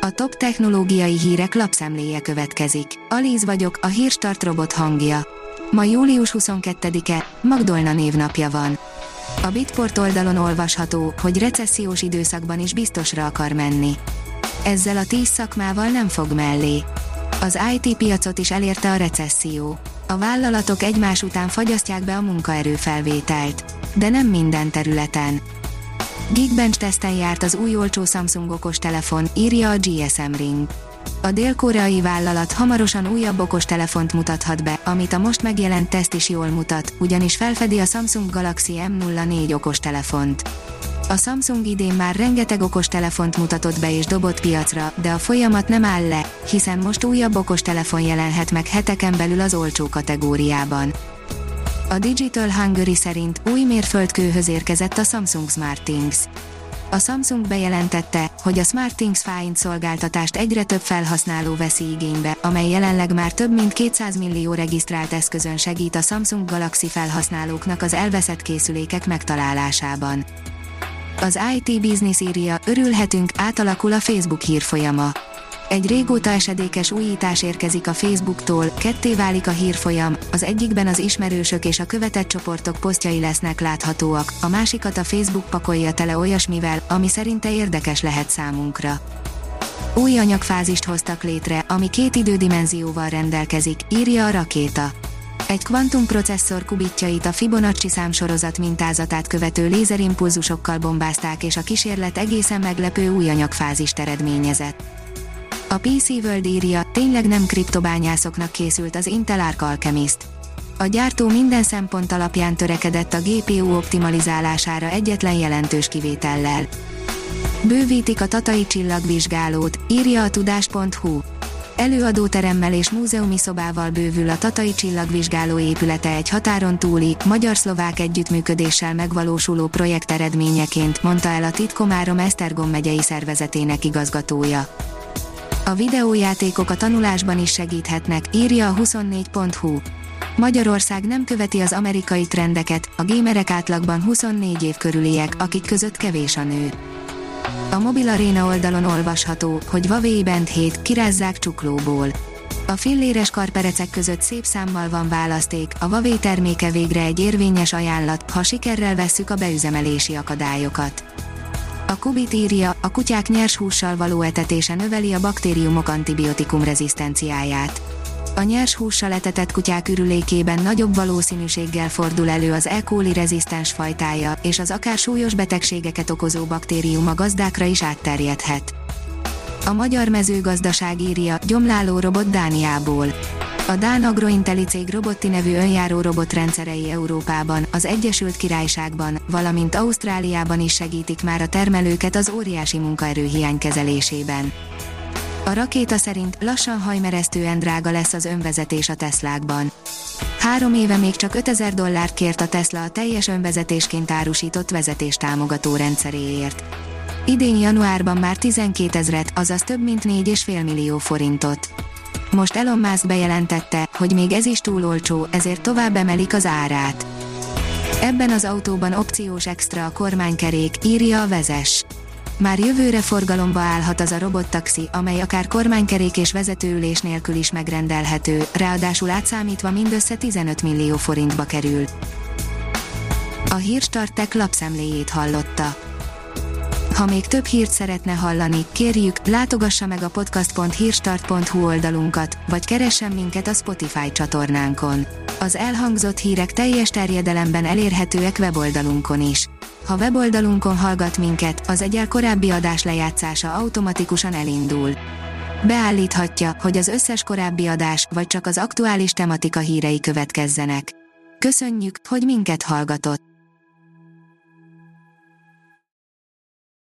A top technológiai hírek lapszemléje következik. Alíz vagyok, a Hírstart robot hangja. Ma július 22-e, Magdolna névnapja van. A Bitport oldalon olvasható, hogy recessziós időszakban is biztosra akar menni. Ezzel a 10 szakmával nem fog mellé. Az IT piacot is elérte a recesszió. A vállalatok egymás után fagyasztják be a munkaerőfelvételt. De nem minden területen. Geekbench teszten járt az új olcsó Samsung okostelefon, írja a GSM Ring. A dél-koreai vállalat hamarosan újabb okostelefont mutathat be, amit a most megjelent teszt is jól mutat, ugyanis felfedi a Samsung Galaxy M04 okostelefont. A Samsung idén már rengeteg okostelefont mutatott be és dobott piacra, de a folyamat nem áll le, hiszen most újabb okostelefon jelenhet meg heteken belül az olcsó kategóriában. A Digital Hungary szerint új mérföldkőhöz érkezett a Samsung SmartThings. A Samsung bejelentette, hogy a SmartThings Find szolgáltatást egyre több felhasználó veszi igénybe, amely jelenleg már több mint 200 millió regisztrált eszközön segít a Samsung Galaxy felhasználóknak az elveszett készülékek megtalálásában. Az IT Business írja, örülhetünk, átalakul a Facebook hírfolyama. Egy régóta esedékes újítás érkezik a Facebooktól, ketté válik a hírfolyam, az egyikben az ismerősök és a követett csoportok posztjai lesznek láthatóak, a másikat a Facebook pakolja tele olyasmivel, ami szerinte érdekes lehet számunkra. Új anyagfázist hoztak létre, ami 2 idődimenzióval rendelkezik, írja a Rakéta. Egy kvantumprocesszor kubitjait a Fibonacci számsorozat mintázatát követő lézerimpulzusokkal bombázták és a kísérlet egészen meglepő új anyagfázist eredményezett. A PC World írja, tényleg nem kriptobányászoknak készült az Intel Arc Alchemist. A gyártó minden szempont alapján törekedett a GPU optimalizálására egyetlen jelentős kivétellel. Bővítik a Tatai csillagvizsgálót, írja a tudás.hu. Előadóteremmel és múzeumi szobával bővül a Tatai csillagvizsgáló épülete egy határon túli, magyar-szlovák együttműködéssel megvalósuló projekt eredményeként, mondta el a Titkomárom Esztergom megyei szervezetének igazgatója. A videójátékok a tanulásban is segíthetnek, írja a 24.hu. Magyarország nem követi az amerikai trendeket, a gémerek átlagban 24 év körüliek, akik között kevés a nő. A Mobil Arena oldalon olvasható, hogy Huawei Band 7 kirázzák csuklóból. A filléres karperecek között szép számmal van választék, a Huawei terméke végre egy érvényes ajánlat, ha sikerrel vesszük a beüzemelési akadályokat. A Kubit írja, a kutyák nyers hússal való etetése növeli a baktériumok antibiotikum rezisztenciáját. A nyers hússal etetett kutyák ürülékében nagyobb valószínűséggel fordul elő az E. coli rezisztens fajtája, és az akár súlyos betegségeket okozó baktérium a gazdákra is átterjedhet. A Magyar Mezőgazdaság írja, gyomláló robot Dániából. A dán Agrointeli cég Robotti nevű önjáró robotrendszerei Európában, az Egyesült Királyságban, valamint Ausztráliában is segítik már a termelőket az óriási munkaerőhiány kezelésében. A Rakéta szerint lassan hajmeresztően drága lesz az önvezetés a Teslákban. 3 éve még csak $5000 kért a Tesla a teljes önvezetésként árusított vezetéstámogató rendszeréért. Idén januárban már 12 000, azaz több mint 4,5 millió forintot. Most Elon Musk bejelentette, hogy még ez is túl olcsó, ezért tovább emelik az árát. Ebben az autóban opciós extra a kormánykerék, írja a Vezes. Már jövőre forgalomba állhat az a robottaxi, amely akár kormánykerék és vezetőülés nélkül is megrendelhető, ráadásul átszámítva mindössze 15 millió forintba kerül. A Hírstart Tech lapszemléjét hallotta. Ha még több hírt szeretne hallani, kérjük, látogassa meg a podcast.hírstart.hu oldalunkat, vagy keressen minket a Spotify csatornánkon. Az elhangzott hírek teljes terjedelemben elérhetőek weboldalunkon is. Ha weboldalunkon hallgat minket, az egyel korábbi adás lejátszása automatikusan elindul. Beállíthatja, hogy az összes korábbi adás, vagy csak az aktuális tematika hírei következzenek. Köszönjük, hogy minket hallgatott!